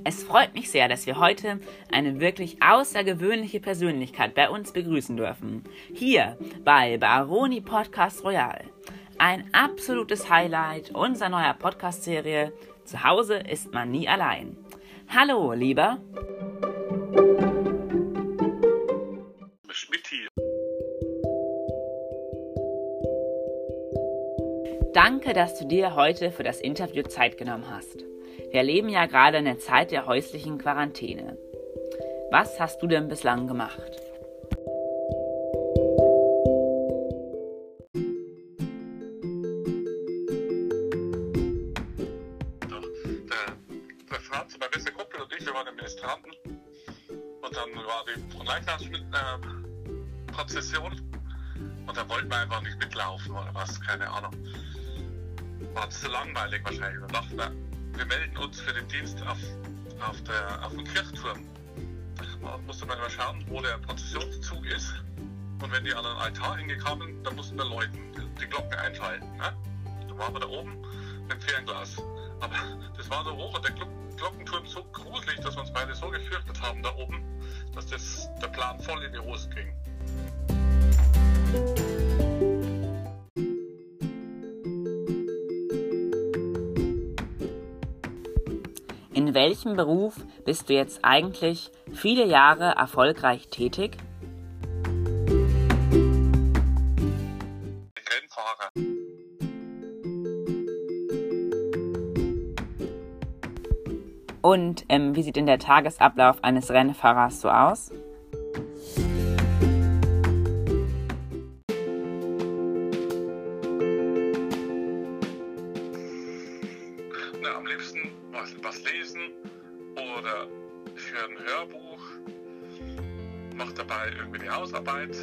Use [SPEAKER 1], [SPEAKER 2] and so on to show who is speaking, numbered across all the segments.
[SPEAKER 1] Es freut mich sehr, dass wir heute eine wirklich außergewöhnliche Persönlichkeit bei uns begrüßen dürfen. Hier bei Baroni Podcast Royal. Ein absolutes Highlight unserer neuer Podcast-Serie Zu Hause ist man nie allein. Hallo, lieber
[SPEAKER 2] Schmidti.
[SPEAKER 1] Danke, dass du dir heute für das Interview Zeit genommen hast. Wir erleben ja gerade eine Zeit der häuslichen Quarantäne. Was hast du denn bislang gemacht?
[SPEAKER 2] Der Franz, mein bester Kumpel und ich, wir waren Administranten. Und dann war die Fronleichnamsprozession. Und da wollten wir einfach nicht mitlaufen oder was, keine Ahnung. War zu langweilig wahrscheinlich. Und dachten wir melden uns für den Dienst auf dem Kirchturm. Da musste man mal schauen, wo der Prozessionszug ist. Und wenn die an den Altar hingekamen, dann mussten wir läuten, die Glocken einschalten. Ne? Dann waren wir da oben mit dem Fernglas. Aber das war so hoch und der Glockenturm so gruselig, dass wir uns beide so gefürchtet haben da oben, dass der Plan voll in die Hose ging.
[SPEAKER 1] In welchem Beruf bist du jetzt eigentlich viele Jahre erfolgreich tätig?
[SPEAKER 2] Rennfahrer.
[SPEAKER 1] Und wie sieht denn der Tagesablauf eines Rennfahrers so aus?
[SPEAKER 2] Am liebsten was lesen oder für ein Hörbuch. Mache dabei irgendwie die Hausarbeit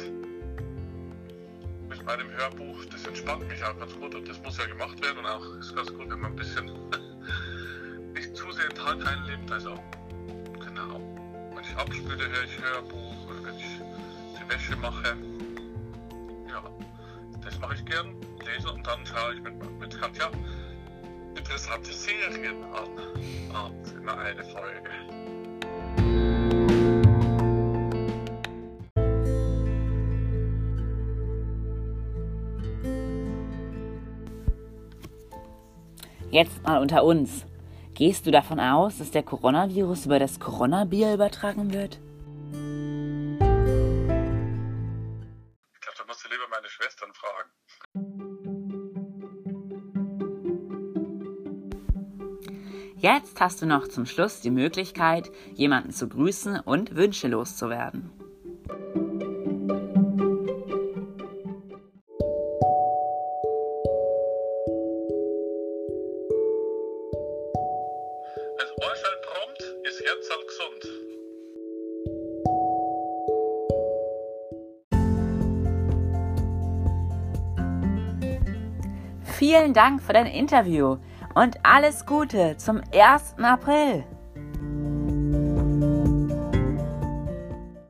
[SPEAKER 2] mit meinem Hörbuch. Das entspannt mich auch ganz gut und das muss ja gemacht werden und auch ist ganz gut, wenn man ein bisschen nicht zu sehr im Tag reinlebt. Also genau. Wenn ich abspüle, höre ich Hörbuch oder wenn ich die Wäsche mache. Ja, das mache ich gern. Lese und dann schaue ich mit Katja interessante Serien an. Abends immer eine Folge.
[SPEAKER 1] Jetzt mal unter uns. Gehst du davon aus, dass der Coronavirus über das Corona-Bier übertragen wird?
[SPEAKER 2] Ich glaube, da musst du lieber meine Schwestern fragen.
[SPEAKER 1] Jetzt hast du noch zum Schluss die Möglichkeit, jemanden zu grüßen und Wünsche loszuwerden.
[SPEAKER 2] Also Ohrschall prompt ist Herzl gesund.
[SPEAKER 1] Vielen Dank für dein Interview und alles Gute zum 1. April.